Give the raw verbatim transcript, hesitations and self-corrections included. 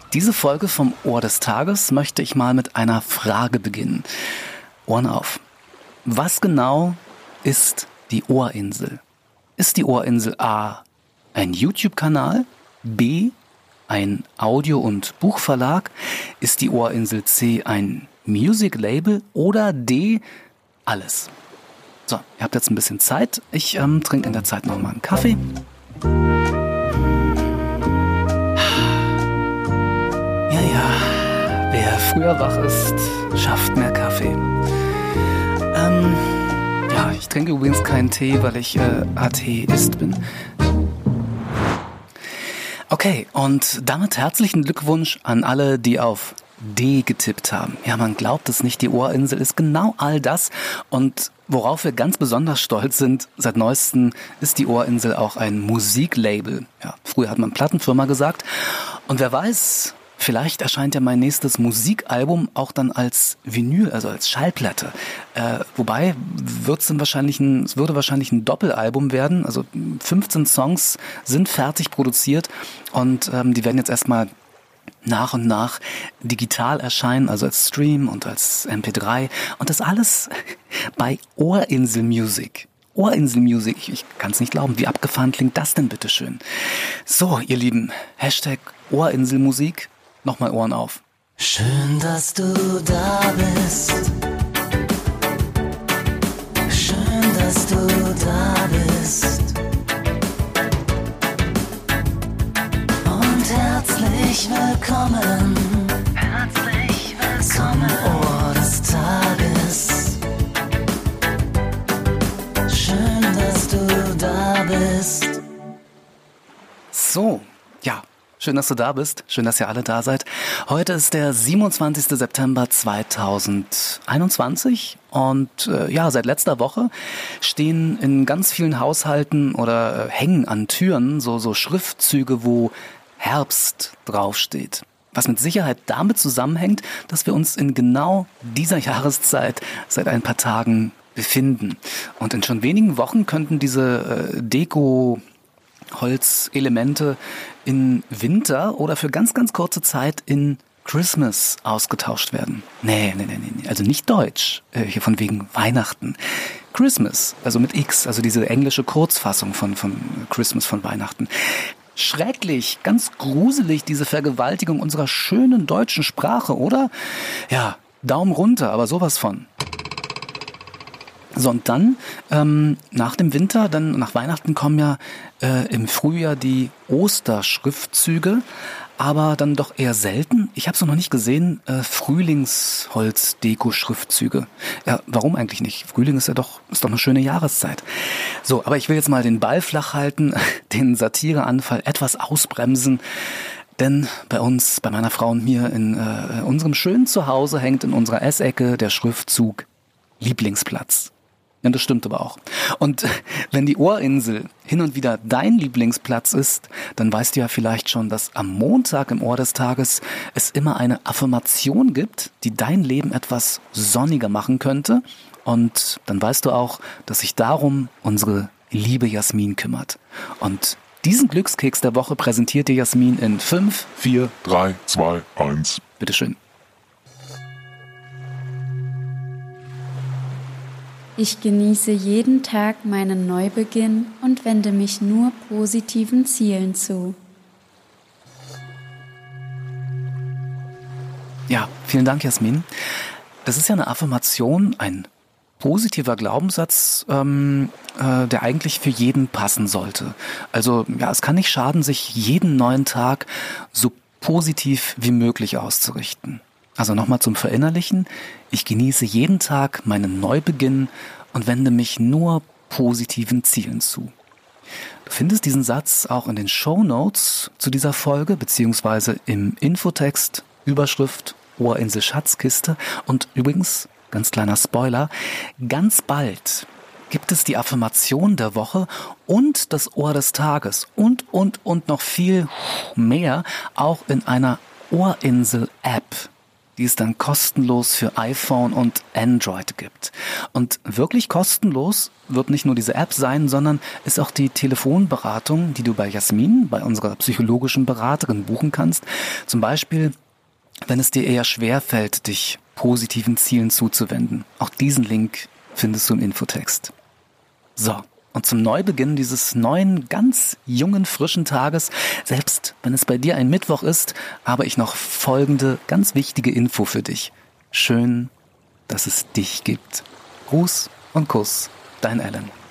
Diese Folge vom Ohr des Tages möchte ich mal mit einer Frage beginnen. Ohren auf. Was genau ist die Ohrinsel? Ist die Ohrinsel A ein YouTube-Kanal, B ein Audio- und Buchverlag, ist die Ohrinsel C ein Music-Label oder D alles? So, ihr habt jetzt ein bisschen Zeit. Ich ähm, trinke in der Zeit noch mal einen Kaffee. Ja, ja, wer früher wach ist, schafft mehr Kaffee. Ähm, ja, ich trinke übrigens keinen Tee, weil ich äh, Atheist bin. Okay, und damit herzlichen Glückwunsch an alle, die auf D getippt haben. Ja, man glaubt es nicht, die Ohrinsel ist genau all das. Und worauf wir ganz besonders stolz sind, seit neuestem ist die Ohrinsel auch ein Musiklabel. Ja, früher hat man Plattenfirma gesagt. Und wer weiß, vielleicht erscheint ja mein nächstes Musikalbum auch dann als Vinyl, also als Schallplatte. Äh, wobei wird's dann wahrscheinlich ein, es würde wahrscheinlich ein Doppelalbum werden. Also fünfzehn Songs sind fertig produziert und ähm, die werden jetzt erstmal nach und nach digital erscheinen, also als Stream und als M P drei. Und das alles bei Ohrinsel Music. Ohrinsel Music, ich, ich kann es nicht glauben. Wie abgefahren klingt das denn bitteschön? So, ihr Lieben, Hashtag Ohrinsel Musik. Nochmal Ohren auf. Schön, dass du da bist. Schön, dass du da bist. Und herzlich willkommen. Herzlich willkommen. Zum Ohr des Tages. Schön, dass du da bist. So, ja. Schön, dass du da bist. Schön, dass ihr alle da seid. Heute ist der siebenundzwanzigster September zweitausendeinundzwanzig und äh, ja, seit letzter Woche stehen in ganz vielen Haushalten oder äh, hängen an Türen so so Schriftzüge, wo Herbst draufsteht. Was mit Sicherheit damit zusammenhängt, dass wir uns in genau dieser Jahreszeit seit ein paar Tagen befinden. Und in schon wenigen Wochen könnten diese äh, Deko Holzelemente in Winter oder für ganz, ganz kurze Zeit in Christmas ausgetauscht werden. Nee, nee, nee, nee, also nicht Deutsch, äh, hier von wegen Weihnachten. Christmas, also mit X, also diese englische Kurzfassung von, von Christmas, von Weihnachten. Schrecklich, ganz gruselig, diese Vergewaltigung unserer schönen deutschen Sprache, oder? Ja, Daumen runter, aber sowas von. So, und dann, ähm, nach dem Winter, dann nach Weihnachten kommen ja äh, im Frühjahr die Osterschriftzüge, aber dann doch eher selten. Ich habe es noch nicht gesehen, äh, Frühlingsholz-Deko-Schriftzüge. Ja, warum eigentlich nicht? Frühling ist ja doch, ist doch eine schöne Jahreszeit. So, aber ich will jetzt mal den Ball flach halten, den Satireanfall etwas ausbremsen. Denn bei uns, bei meiner Frau und mir in äh, unserem schönen Zuhause hängt in unserer Essecke der Schriftzug Lieblingsplatz. Ja, das stimmt aber auch. Und wenn die Ohrinsel hin und wieder dein Lieblingsplatz ist, dann weißt du ja vielleicht schon, dass am Montag im Ohr des Tages es immer eine Affirmation gibt, die dein Leben etwas sonniger machen könnte. Und dann weißt du auch, dass sich darum unsere liebe Jasmin kümmert. Und diesen Glückskeks der Woche präsentiert dir Jasmin in fünf, vier, drei, zwei, eins. Bitteschön. Ich genieße jeden Tag meinen Neubeginn und wende mich nur positiven Zielen zu. Ja, vielen Dank, Jasmin. Das ist ja eine Affirmation, ein positiver Glaubenssatz, ähm, äh, der eigentlich für jeden passen sollte. Also ja, es kann nicht schaden, sich jeden neuen Tag so positiv wie möglich auszurichten. Also nochmal zum Verinnerlichen. Ich genieße jeden Tag meinen Neubeginn und wende mich nur positiven Zielen zu. Du findest diesen Satz auch in den Shownotes zu dieser Folge, beziehungsweise im Infotext, Überschrift, Ohrinsel Schatzkiste. Und übrigens, ganz kleiner Spoiler, ganz bald gibt es die Affirmation der Woche und das Ohr des Tages und, und, und noch viel mehr auch in einer Ohrinsel-App. die es dann kostenlos für iPhone und Android gibt. Und wirklich kostenlos wird nicht nur diese App sein, sondern ist auch die Telefonberatung, die du bei Jasmin, bei unserer psychologischen Beraterin, buchen kannst. Zum Beispiel, wenn es dir eher schwerfällt, dich positiven Zielen zuzuwenden. Auch diesen Link findest du im Infotext. So. Und zum Neubeginn dieses neuen, ganz jungen, frischen Tages, selbst wenn es bei dir ein Mittwoch ist, habe ich noch folgende ganz wichtige Info für dich. Schön, dass es dich gibt. Gruß und Kuss, dein Alan.